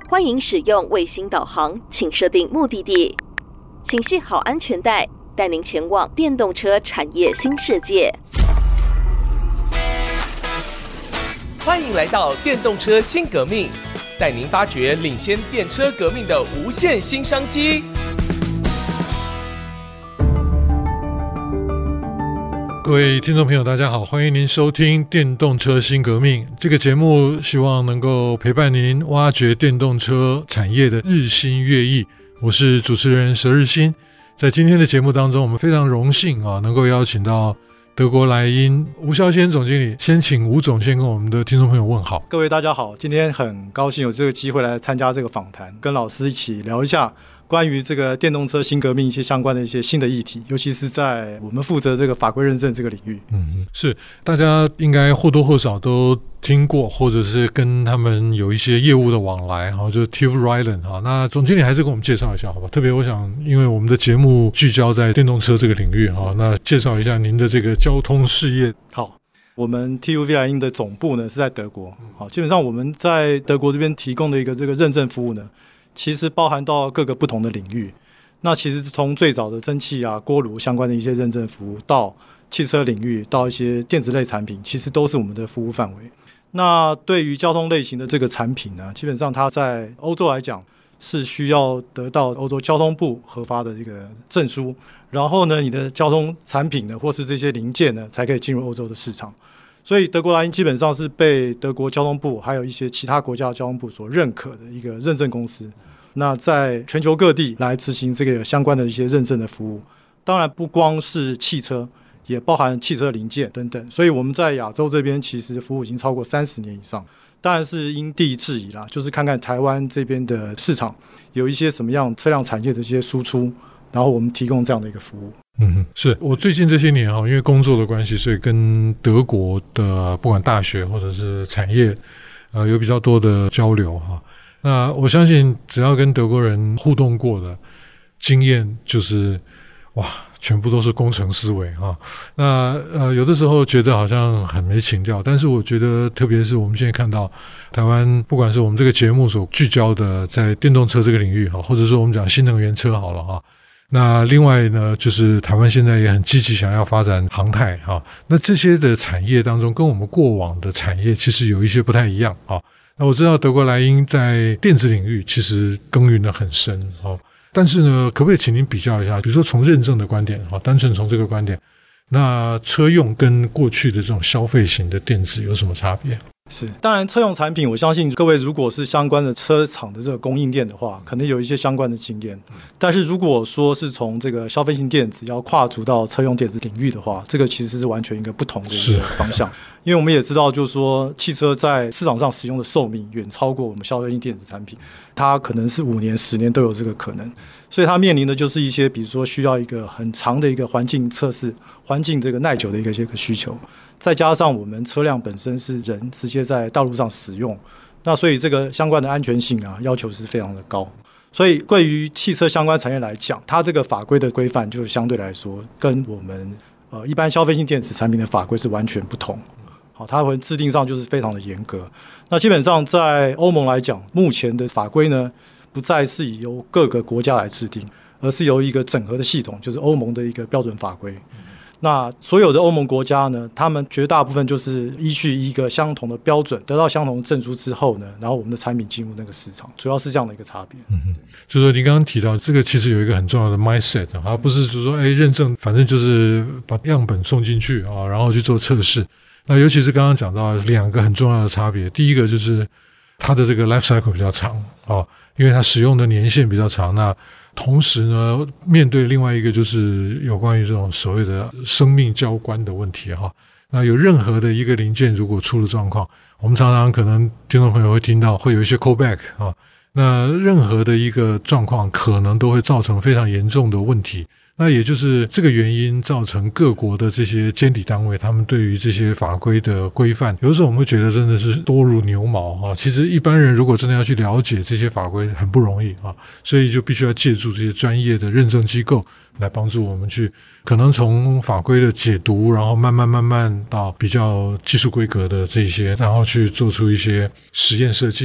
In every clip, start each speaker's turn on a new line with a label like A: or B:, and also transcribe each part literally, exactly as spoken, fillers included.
A: 欢迎使用卫星导航，请设定目的地，请系好安全带，带您前往电动车产业新世界。
B: 欢迎来到电动车新革命，带您发掘领先电车革命的无限新商机。
C: 各位听众朋友大家好，欢迎您收听电动车新革命这个节目，希望能够陪伴您挖掘电动车产业的日新月异。我是主持人佘日新。在今天的节目当中，我们非常荣幸啊，能够邀请到德国莱茵吴孝先总经理。先请吴总先跟我们的听众朋友问好。
D: 各位大家好，今天很高兴有这个机会来参加这个访谈，跟老师一起聊一下关于这个电动车新革命一些相关的一些新的议题，尤其是在我们负责这个法规认证这个领域。
C: 嗯，是大家应该或多或少都听过，或者是跟他们有一些业务的往来，就是 T U V Ryland。 那总经理还是跟我们介绍一下好吧？特别我想因为我们的节目聚焦在电动车这个领域，那介绍一下您的这个交通事业。
D: 好，我们 T U V 莱茵的总部呢是在德国。好，基本上我们在德国这边提供的一个这个认证服务呢，其实包含到各个不同的领域。那其实从最早的蒸汽啊、锅炉相关的一些认证服务，到汽车领域，到一些电子类产品，其实都是我们的服务范围。那对于交通类型的这个产品呢，基本上它在欧洲来讲是需要得到欧洲交通部核发的这个证书，然后呢，你的交通产品呢，或是这些零件呢，才可以进入欧洲的市场。所以德国莱茵基本上是被德国交通部还有一些其他国家的交通部所认可的一个认证公司。那在全球各地来执行这个相关的一些认证的服务，当然不光是汽车，也包含汽车零件等等。所以我们在亚洲这边其实服务已经超过三十年以上。当然是因地制宜啦，就是看看台湾这边的市场有一些什么样车辆产业的一些输出，然后我们提供这样的一个服务。
C: 嗯，是我最近这些年因为工作的关系，所以跟德国的不管大学或者是产业呃有比较多的交流哈。那我相信只要跟德国人互动过的经验，就是哇，全部都是工程思维哈。那呃有的时候觉得好像很没情调，但是我觉得特别是我们现在看到台湾，不管是我们这个节目所聚焦的在电动车这个领域哈，或者是我们讲新能源车好了哈。那另外呢，就是台湾现在也很积极想要发展航太哈。那这些的产业当中，跟我们过往的产业其实有一些不太一样哈。那我知道德国莱茵在电子领域其实耕耘得很深哈，但是呢，可不可以请您比较一下，比如说从认证的观点哈，单纯从这个观点，那车用跟过去的这种消费型的电子有什么差别？
D: 是，当然车用产品，我相信各位如果是相关的车厂的这个供应链的话，可能有一些相关的经验。但是如果说是从这个消费性电子要跨足到车用电子领域的话，这个其实是完全一个不同的一个方向。因为我们也知道，就是说汽车在市场上使用的寿命远超过我们消费性电子产品，它可能是五年、十年都有这个可能。所以它面临的就是一些，比如说需要一个很长的一个环境测试、环境这个耐久的一个这个需求。再加上我们车辆本身是人直接在道路上使用，那所以这个相关的安全性啊要求是非常的高。所以对于汽车相关产业来讲，它这个法规的规范就相对来说跟我们呃一般消费性电子产品的法规是完全不同。好，它会制定上就是非常的严格。那基本上在欧盟来讲，目前的法规呢不再是由各个国家来制定，而是由一个整合的系统，就是欧盟的一个标准法规。那所有的欧盟国家呢，他们绝大部分就是依据一个相同的标准，得到相同的证书之后呢，然后我们的产品进入那个市场，主要是这样的一个差别。
C: 嗯哼，就是说你刚刚提到这个，其实有一个很重要的 mindset， 而不是就是说，哎，认证反正就是把样本送进去啊，然后去做测试。那尤其是刚刚讲到两个很重要的差别，第一个就是它的这个 life cycle 比较长啊，因为它使用的年限比较长。那同时呢，面对另外一个就是有关于这种所谓的生命交关的问题哈。那有任何的一个零件如果出了状况，我们常常可能听众朋友会听到会有一些 callback 啊，那任何的一个状况可能都会造成非常严重的问题。那也就是这个原因造成各国的这些监理单位他们对于这些法规的规范，有的时候我们会觉得真的是多如牛毛啊。其实一般人如果真的要去了解这些法规很不容易啊，所以就必须要借助这些专业的认证机构来帮助我们去可能从法规的解读，然后慢慢慢慢到比较技术规格的这些，然后去做出一些实验设计，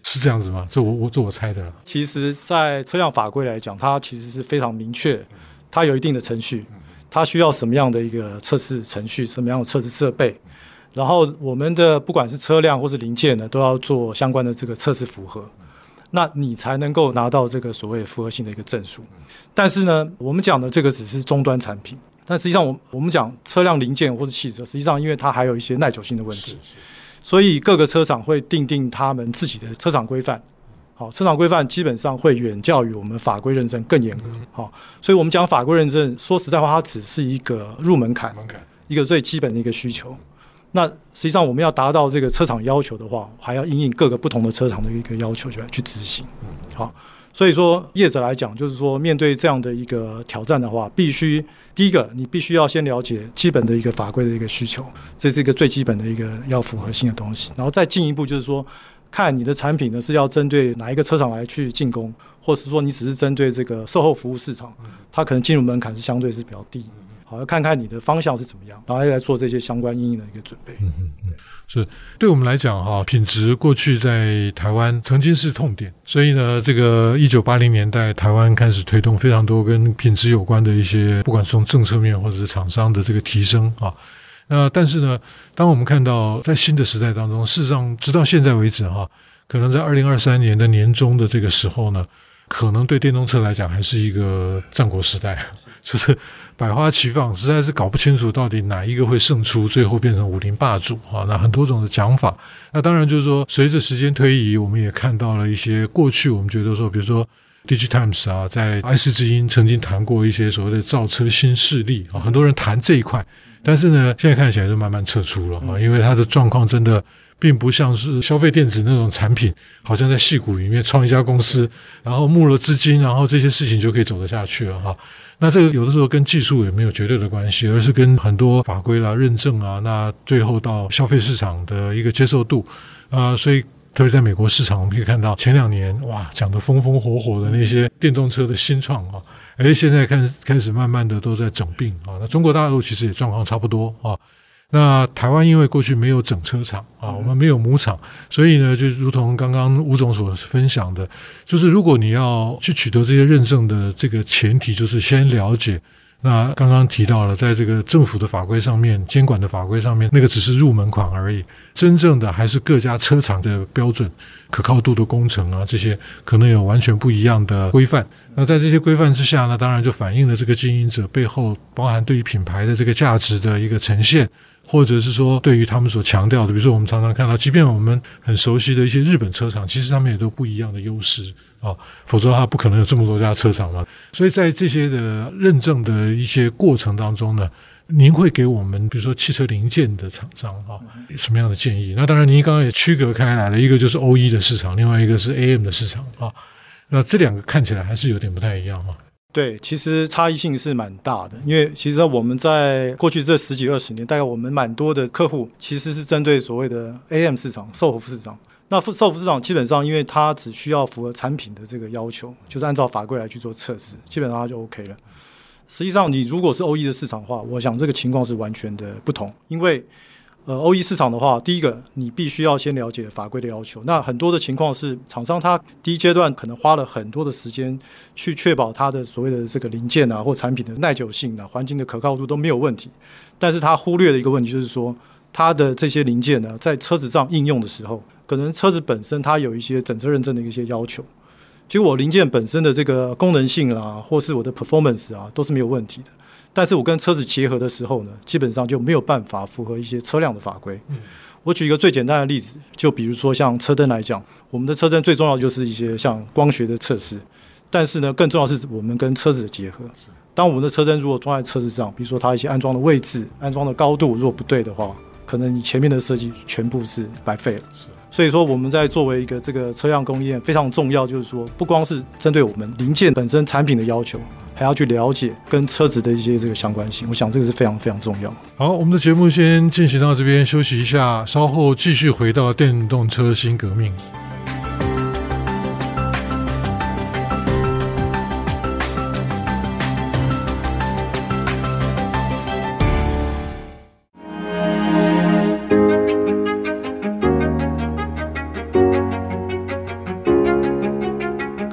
C: 是这样子吗？这我我这我猜的了。
D: 其实，在车辆法规来讲，它其实是非常明确，它有一定的程序，它需要什么样的一个测试程序，什么样的测试设备，然后我们的不管是车辆或是零件呢，都要做相关的这个测试符合，那你才能够拿到这个所谓符合性的一个证书。但是呢，我们讲的这个只是终端产品，但实际上我我们讲车辆零件或是汽车，实际上因为它还有一些耐久性的问题。所以各个车厂会订定他们自己的车厂规范，好，车厂规范基本上会远较于我们法规认证更严格，好，所以我们讲法规认证，说实在话，它只是一个入门槛，一个最基本的一个需求。那实际上我们要达到这个车厂要求的话，还要因应各个不同的车厂的一个要求去执行，好。所以说，业者来讲，就是说，面对这样的一个挑战的话，必须第一个，你必须要先了解基本的一个法规的一个需求，这是一个最基本的一个要符合性的东西。然后再进一步，就是说，看你的产品呢是要针对哪一个车厂来去进攻，或是说你只是针对这个售后服务市场，它可能进入门槛是相对是比较低。好，要看看你的方向是怎么样，然后来做这些相关因应的一个准备。
C: 嗯嗯嗯，是对我们来讲哈，品质过去在台湾曾经是痛点，所以呢，这个一九八零年代台湾开始推动非常多跟品质有关的一些，不管是从政策面或者是厂商的这个提升啊。那但是呢，当我们看到在新的时代当中，事实上直到现在为止哈，可能在二零二三年的年中的这个时候呢，可能对电动车来讲还是一个战国时代，就是百花齐放，实在是搞不清楚到底哪一个会胜出，最后变成武林霸主啊！那很多种的讲法。那当然就是说，随着时间推移，我们也看到了一些过去我们觉得说，比如说 DigiTimes 啊，在爱思之音曾经谈过一些所谓的造车新势力啊，很多人谈这一块，但是呢，现在看起来就慢慢撤出了啊，因为它的状况真的并不像是消费电子那种产品，好像在矽谷里面创一家公司，然后募了资金，然后这些事情就可以走得下去了哈。那这个有的时候跟技术也没有绝对的关系，而是跟很多法规啦、认证啊，那最后到消费市场的一个接受度啊、呃，所以特别在美国市场，我们可以看到前两年哇讲得风风火火的那些电动车的新创啊，哎，现在开始开始慢慢的都在整并啊。那中国大陆其实也状况差不多啊。那台湾因为过去没有整车厂啊，我们没有母厂，所以呢，就如同刚刚吴总所分享的，就是如果你要去取得这些认证的这个前提，就是先了解。那刚刚提到了，在这个政府的法规上面、监管的法规上面，那个只是入门款而已，真正的还是各家车厂的标准、可靠度的工程啊，这些可能有完全不一样的规范。那在这些规范之下呢，当然就反映了这个经营者背后包含对于品牌的这个价值的一个呈现。或者是说对于他们所强调的，比如说我们常常看到，即便我们很熟悉的一些日本车厂，其实他们也都不一样的优势啊，否则它不可能有这么多家车厂嘛。所以在这些的认证的一些过程当中呢，您会给我们比如说汽车零件的厂商啊什么样的建议？那当然您刚刚也区隔开来了，一个就是 O E 的市场，另外一个是 A M 的市场啊，那这两个看起来还是有点不太一样啊。
D: 对，其实差异性是蛮大的，因为其实我们在过去这十几二十年，大概我们蛮多的客户其实是针对所谓的 A M 市场、售后服市场。那售后服市场基本上，因为它只需要符合产品的这个要求，就是按照法规来去做测试，基本上它就 OK 了。实际上，你如果是 O E 的市场的话，我想这个情况是完全的不同，因为呃 O E 市场的话，第一个你必须要先了解法规的要求。那很多的情况是厂商他第一阶段可能花了很多的时间去确保它的所谓的这个零件啊或产品的耐久性啊、环境的可靠度都没有问题，但是他忽略了一个问题，就是说它的这些零件呢，在车子上应用的时候，可能车子本身它有一些整车认证的一些要求，结果我零件本身的这个功能性啦，或是我的 performance 啊，都是没有问题的。但是我跟车子结合的时候呢，基本上就没有办法符合一些车辆的法规。嗯、我举一个最简单的例子，就比如说像车灯来讲，我们的车灯最重要的就是一些像光学的测试，但是呢，更重要的是我们跟车子的结合。当我们的车灯如果装在车子上，比如说它一些安装的位置、安装的高度如果不对的话，可能你前面的设计全部是白费了。所以说我们在作为一个这个车辆供应链非常重要，就是说不光是针对我们零件本身产品的要求，还要去了解跟车子的一些这个相关性，我想这个是非常非常重要。
C: 好，我们的节目先进行到这边，休息一下，稍后继续回到电动车新革命。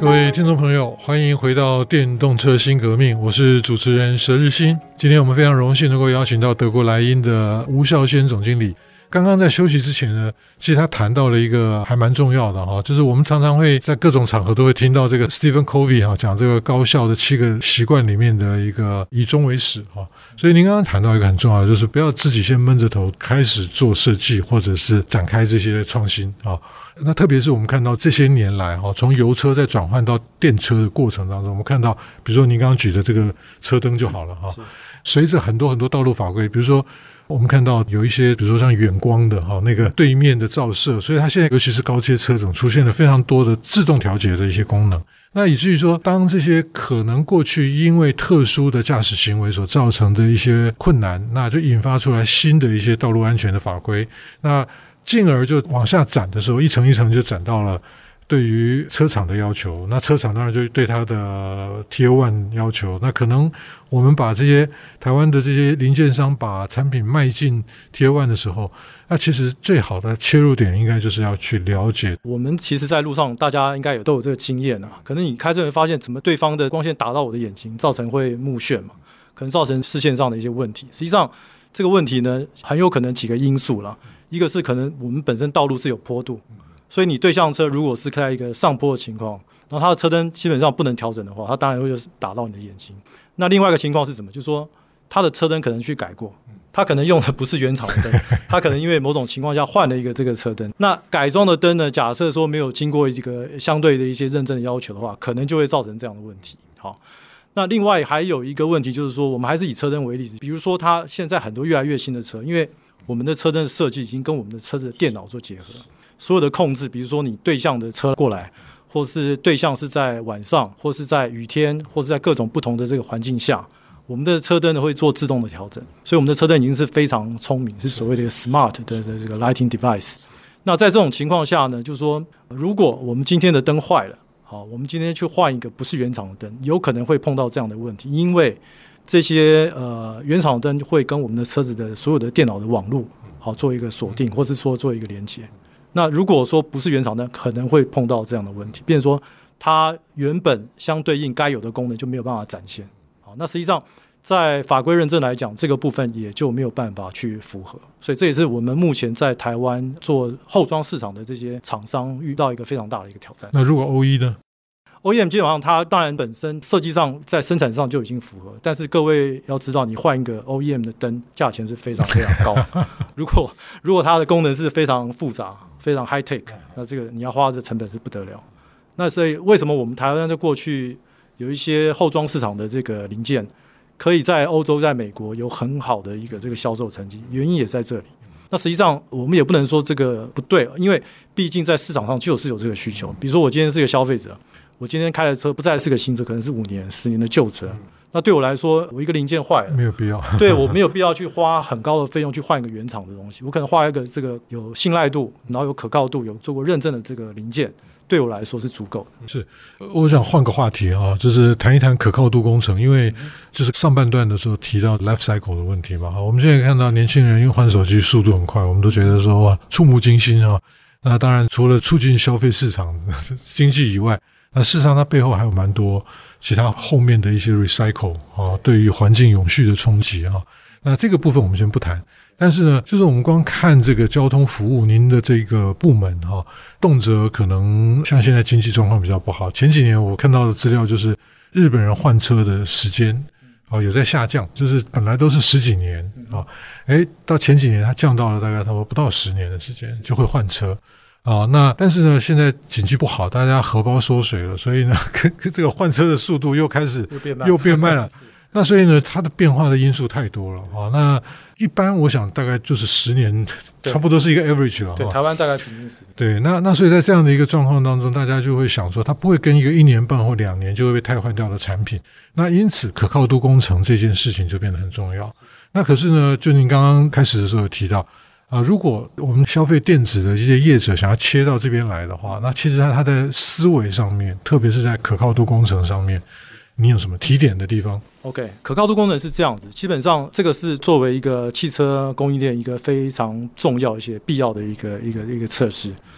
C: 各位听众朋友，欢迎回到电动车新革命，我是主持人佘日新。今天我们非常荣幸能够邀请到德国莱茵的吴孝先总经理。刚刚在休息之前呢，其实他谈到了一个还蛮重要的哈，就是我们常常会在各种场合都会听到这个 Stephen Covey 哈讲这个高效的七个习惯里面的一个以终为始哈。所以您刚刚谈到一个很重要的，就是不要自己先闷着头开始做设计或者是展开这些创新啊。那特别是我们看到这些年来哈，从油车在转换到电车的过程当中，我们看到比如说您刚刚举的这个车灯就好了哈，随着很多很多道路法规，比如说我们看到有一些比如说像远光的哈那个对面的照射，所以它现在尤其是高阶车种出现了非常多的自动调节的一些功能，那以至于说当这些可能过去因为特殊的驾驶行为所造成的一些困难，那就引发出来新的一些道路安全的法规，那进而就往下展的时候，一层一层就展到了对于车厂的要求，那车厂当然就对它的 Tier 一 要求，那可能我们把这些台湾的这些零件商把产品卖进 Tier 一 的时候，那其实最好的切入点应该就是要去了解。
D: 我们其实在路上大家应该有都有这个经验啊，可能你开车会发现怎么对方的光线打到我的眼睛，造成会目眩嘛，可能造成视线上的一些问题。实际上这个问题呢，很有可能几个因素啦，一个是可能我们本身道路是有坡度，所以你对向车如果是开一个上坡的情况，然后它的车灯基本上不能调整的话，它当然会打到你的眼睛。那另外一个情况是什么？就是说它的车灯可能去改过，它可能用的不是原厂的灯，它可能因为某种情况下换了一个这个车灯。那改装的灯呢，假设说没有经过一个相对的一些认证的要求的话，可能就会造成这样的问题。好，那另外还有一个问题就是说，我们还是以车灯为例子，比如说它现在很多越来越新的车，因为我们的车灯的设计已经跟我们的车子的电脑做结合，所有的控制，比如说你对向的车过来，或是对向是在晚上，或是在雨天，或是在各种不同的这个环境下，我们的车灯呢会做自动的调整，所以我们的车灯已经是非常聪明，是所谓的 smart 的的这个 lighting device。那在这种情况下呢，就是说，如果我们今天的灯坏了，好，我们今天去换一个不是原厂的灯，有可能会碰到这样的问题，因为这些呃原厂灯会跟我们的车子的所有的电脑的网络好做一个锁定，或是说做一个连接。那如果说不是原厂灯，可能会碰到这样的问题，变成说它原本相对应该有的功能就没有办法展现。好，那实际上在法规认证来讲，这个部分也就没有办法去符合，所以这也是我们目前在台湾做后装市场的这些厂商遇到一个非常大的一个挑战。
C: 那如果 O E 呢
D: ？O E M 基本上它当然本身设计上在生产上就已经符合，但是各位要知道，你换一个 O E M 的灯价钱是非常非常高。如果如果它的功能是非常复杂、非常 high tech， 那这个你要花的成本是不得了。那所以为什么我们台湾在过去有一些后装市场的这个零件，可以在欧洲、在美国有很好的一个这个销售成绩，原因也在这里。那实际上我们也不能说这个不对，因为毕竟在市场上就是有这个需求。比如说我今天是一个消费者。我今天开的车不再是个新车，可能是五年、十年的旧车。那对我来说，我一个零件坏了，
C: 没有必要。
D: 对我没有必要去花很高的费用去换一个原厂的东西。我可能花一个这个有信赖度，然后有可靠度、有做过认证的这个零件，对我来说是足够的。
C: 是，我想换个话题啊，就是谈一谈可靠度工程，因为就是上半段的时候提到 life cycle 的问题嘛。我们现在看到年轻人因为换手机速度很快，我们都觉得说哇触目惊心啊。那当然，除了促进消费市场经济以外，那事实上它背后还有蛮多其他后面的一些 recycle 啊，对于环境永续的冲击啊。那这个部分我们先不谈，但是呢，就是我们光看这个交通服务，您的这个部门哈、啊，动辄可能像现在经济状况比较不好，前几年我看到的资料就是日本人换车的时间啊有在下降，就是本来都是十几年啊，诶到前几年它降到了大概差不多不到十年的时间就会换车。啊，那但是呢，现在经济不好，大家荷包缩水了，所以呢，这个换车的速度又开始
D: 又变慢，
C: 又变慢了。那所以呢，它的变化的因素太多了啊。那一般我想大概就是十年，差不多是一个 average 了。
D: 对，台湾大概平均十年。
C: 对，那那所以在这样的一个状况当中，大家就会想说，它不会跟一个一年半或两年就会被汰换掉的产品。那因此，可靠度工程这件事情就变得很重要。那可是呢，就您刚刚开始的时候有提到。啊，如果我们消费电子的这些业者想要切到这边来的话，那其实它在思维上面，特别是在可靠度工程上面，你有什么提点的地方
D: ？OK， 可靠度工程是这样子，基本上这个是作为一个汽车供应链一个非常重要一些必要的一个一个一个测试。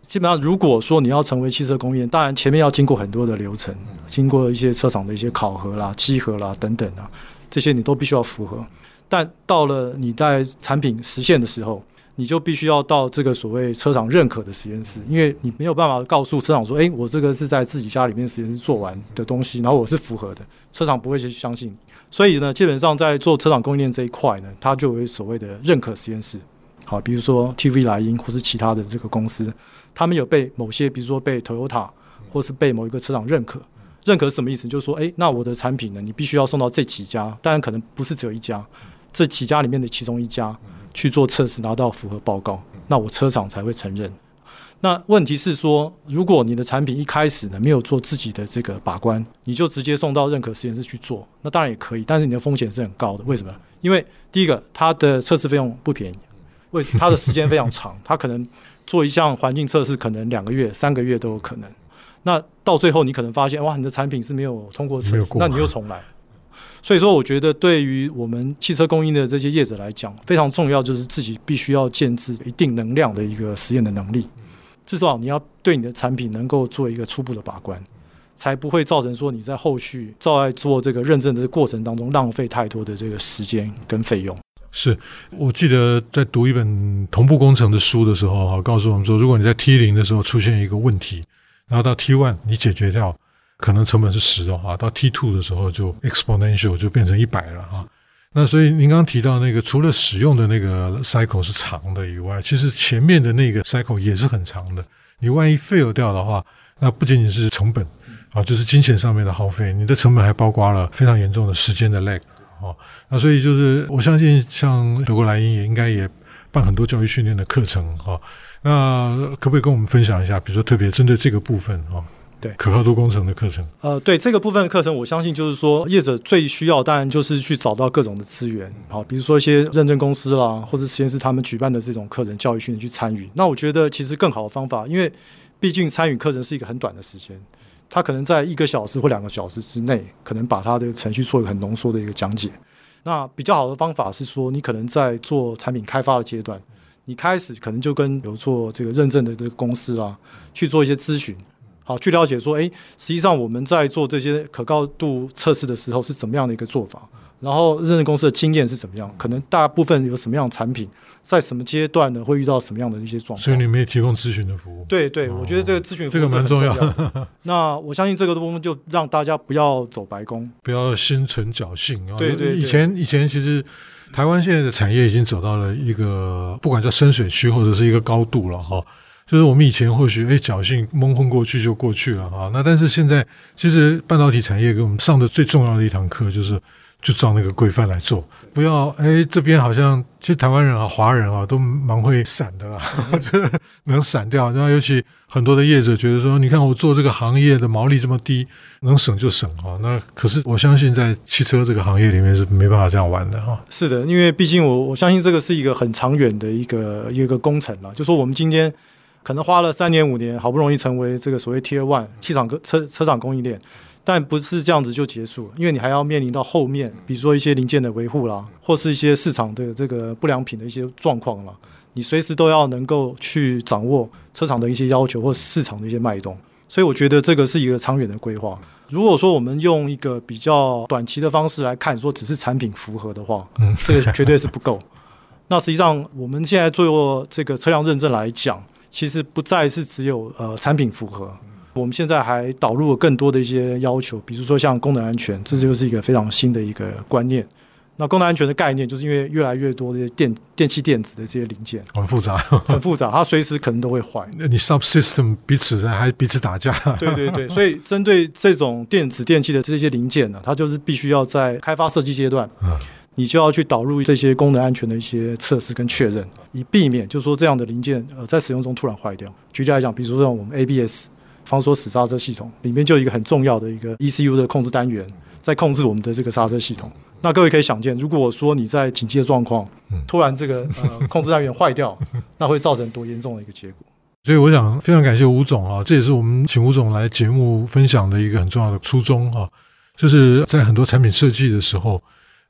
D: 基本上如果说你要成为汽车供应链，当然前面要经过很多的流程，经过一些车厂的一些考核啦、稽核啦等等啊，这些你都必须要符合。但到了你在产品实现的时候，你就必须要到这个所谓车厂认可的实验室，因为你没有办法告诉车厂说，哎，我这个是在自己家里面实验室做完的东西，然后我是符合的，车厂不会去相信你。所以呢，基本上在做车厂供应链这一块呢，它就有所谓的认可实验室。好，比如说 T V 莱茵或是其他的这个公司，他们有被某些，比如说被 Toyota 或是被某一个车厂认可。认可是什么意思？就是说，哎，那我的产品呢，你必须要送到这几家，当然可能不是只有一家，这几家里面的其中一家去做测试，拿到符合报告，那我车厂才会承认。那问题是说，如果你的产品一开始呢没有做自己的这个把关，你就直接送到认可实验室去做，那当然也可以，但是你的风险是很高的。为什么？因为第一个，它的测试费用不便宜，为它的时间非常长，它可能做一项环境测试，可能两个月、三个月都有可能。那到最后，你可能发现，哇，你的产品是没有通过测试，那你又重来。所以说，我觉得对于我们汽车供应的这些业者来讲，非常重要，就是自己必须要建置一定能量的一个实验的能力。至少你要对你的产品能够做一个初步的把关，才不会造成说你在后续在做这个认证的过程当中浪费太多的这个时间跟费用。
C: 是，我记得在读一本同步工程的书的时候，告诉我们说，如果你在 T 零 的时候出现一个问题，然后到 T 一 你解决掉，可能成本是十的话，到 T 二 的时候就 exponential 就变成一百了哈。那所以您刚刚提到那个，除了使用的那个 cycle 是长的以外，其实前面的那个 cycle 也是很长的。你万一 fail 掉的话，那不仅仅是成本啊，就是金钱上面的耗费，你的成本还包括了非常严重的时间的 lag 啊。那所以就是我相信，像德国莱茵也应该也办很多教育训练的课程啊。那可不可以跟我们分享一下，比如说特别针对这个部分啊？对，可靠度工程的课程，
D: 呃，对这个部分的课程，我相信就是说，业者最需要当然就是去找到各种的资源，好，比如说一些认证公司啦，或者实验室他们举办的这种课程教育训练去参与。那我觉得其实更好的方法，因为毕竟参与课程是一个很短的时间，他可能在一个小时或两个小时之内，可能把他的程序做一个很浓缩的一个讲解。那比较好的方法是说，你可能在做产品开发的阶段，你开始可能就跟有做这个认证的这个公司啦，去做一些咨询。好，去了解说，哎，实际上我们在做这些可靠度测试的时候是怎么样的一个做法，然后认证公司的经验是怎么样，可能大部分有什么样的产品，在什么阶段呢会遇到什么样的一些状况。
C: 所以你们也提供咨询的服务。
D: 对对，哦、我觉得这个咨询服务
C: 这个蛮重要的。
D: 那我相信这个部分就让大家不要走白工，
C: 不要心存侥幸。
D: 对 对, 对，
C: 以前以前其实台湾现在的产业已经走到了一个不管叫深水区或者是一个高度了哈。就是我们以前或许哎侥幸蒙混过去就过去了哈，那但是现在其实半导体产业给我们上的最重要的一堂课就是就照那个规范来做，不要哎这边好像其实台湾人啊华人啊都蛮会闪的啦，就是能闪掉，然后尤其很多的业者觉得说，你看我做这个行业的毛利这么低，能省就省哈。那可是我相信在汽车这个行业里面是没办法这样玩的哈。
D: 是的，因为毕竟我我相信这个是一个很长远的一个一个工程啦，就说我们今天可能花了三年五年，好不容易成为这个所谓 Tier One 汽厂车车厂供应链，但不是这样子就结束，因为你还要面临到后面，比如说一些零件的维护啦，或是一些市场的这个不良品的一些状况啦，你随时都要能够去掌握车厂的一些要求或市场的一些脉动，所以我觉得这个是一个长远的规划。如果说我们用一个比较短期的方式来看，说只是产品符合的话，嗯，这个绝对是不够。那实际上我们现在做这个车辆认证来讲，其实不再是只有呃产品符合，我们现在还导入了更多的一些要求，比如说像功能安全，这就是一个非常新的一个观念。那功能安全的概念，就是因为越来越多的电电器电子的这些零件
C: 很复杂，
D: 很复杂，它随时可能都会坏。
C: 你 subsystem 彼此还彼此打架。
D: 对对对，所以针对这种电子电器的这些零件呢，它就是必须要在开发设计阶段。嗯，你就要去导入这些功能安全的一些测试跟确认，以避免就是说这样的零件呃在使用中突然坏掉。举例来讲，比如说像我们 A B S 防锁死刹车系统里面就有一个很重要的一个 E C U 的控制单元，在控制我们的这个刹车系统。那各位可以想见，如果说你在紧急的状况，突然这个呃控制单元坏掉，那会造成多严重的一个结果。
C: 所以我想非常感谢吴总啊，这也是我们请吴总来节目分享的一个很重要的初衷啊，就是在很多产品设计的时候。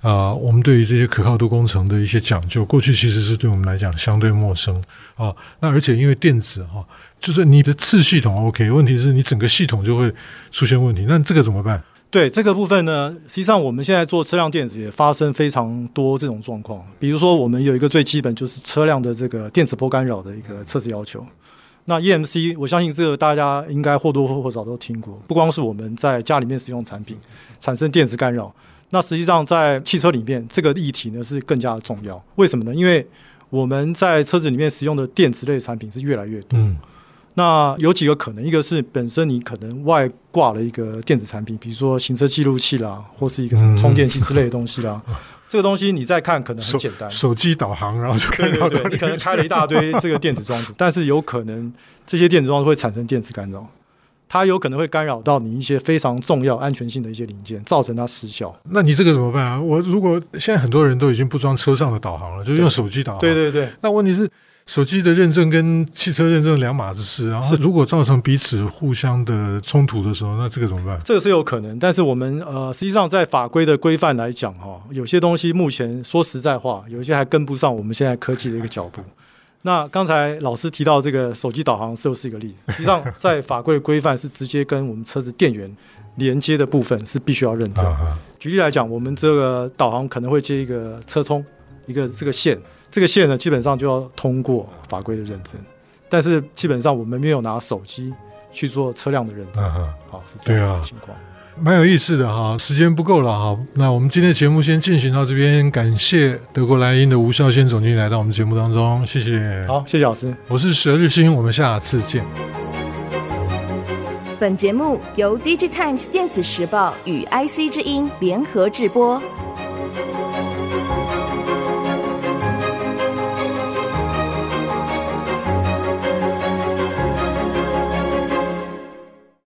C: 啊、呃，我们对于这些可靠度工程的一些讲究，过去其实是对我们来讲相对陌生啊。那而且因为电子哈、啊，就是你的次系统 OK， 问题是你整个系统就会出现问题，那这个怎么办？
D: 对这个部分呢，实际上我们现在做车辆电子也发生非常多这种状况。比如说，我们有一个最基本就是车辆的这个电磁波干扰的一个测试要求。那 E M C， 我相信这个大家应该或多或少都听过。不光是我们在家里面使用产品产生电磁干扰，那实际上在汽车里面这个议题呢是更加的重要。为什么呢？因为我们在车子里面使用的电子类产品是越来越多。嗯，那有几个可能，一个是本身你可能外挂了一个电子产品，比如说行车记录器啦，或是一个什么充电器之类的东西啦。嗯、这个东西你再看可能很简单，
C: 手, 手机导航，然后就看到，
D: 对对对，你可能开了一大堆这个电子装置，但是有可能这些电子装置会产生电磁干扰，它有可能会干扰到你一些非常重要安全性的一些零件，造成它失效。
C: 那你这个怎么办啊？我如果现在很多人都已经不装车上的导航了，就是用手机导航。
D: 对对对。
C: 那问题是，手机的认证跟汽车认证两码子事，然后如果造成彼此互相的冲突的时候，那这个怎么办？
D: 这个是有可能，但是我们呃，实际上在法规的规范来讲哈，有些东西目前说实在话，有一些还跟不上我们现在科技的一个脚步。那刚才老师提到这个手机导航就是一个例子，实际上在法规的规范是直接跟我们车子电源连接的部分是必须要认证。啊、举例来讲，我们这个导航可能会接一个车充，一个这个线。这个线呢，基本上就要通过法规的认证，但是基本上我们没有拿手机去做车辆的认证，啊、好是这样的情况，
C: 蛮有意思的哈。时间不够了哈，那我们今天的节目先进行到这边，感谢德国莱茵的吴孝先总经理来到我们节目当中，谢谢。
D: 好，谢谢老师，
C: 我是佘日新，我们下次见。
E: 本节目由 Digitimes 电子时报与 I C 之音联合制播。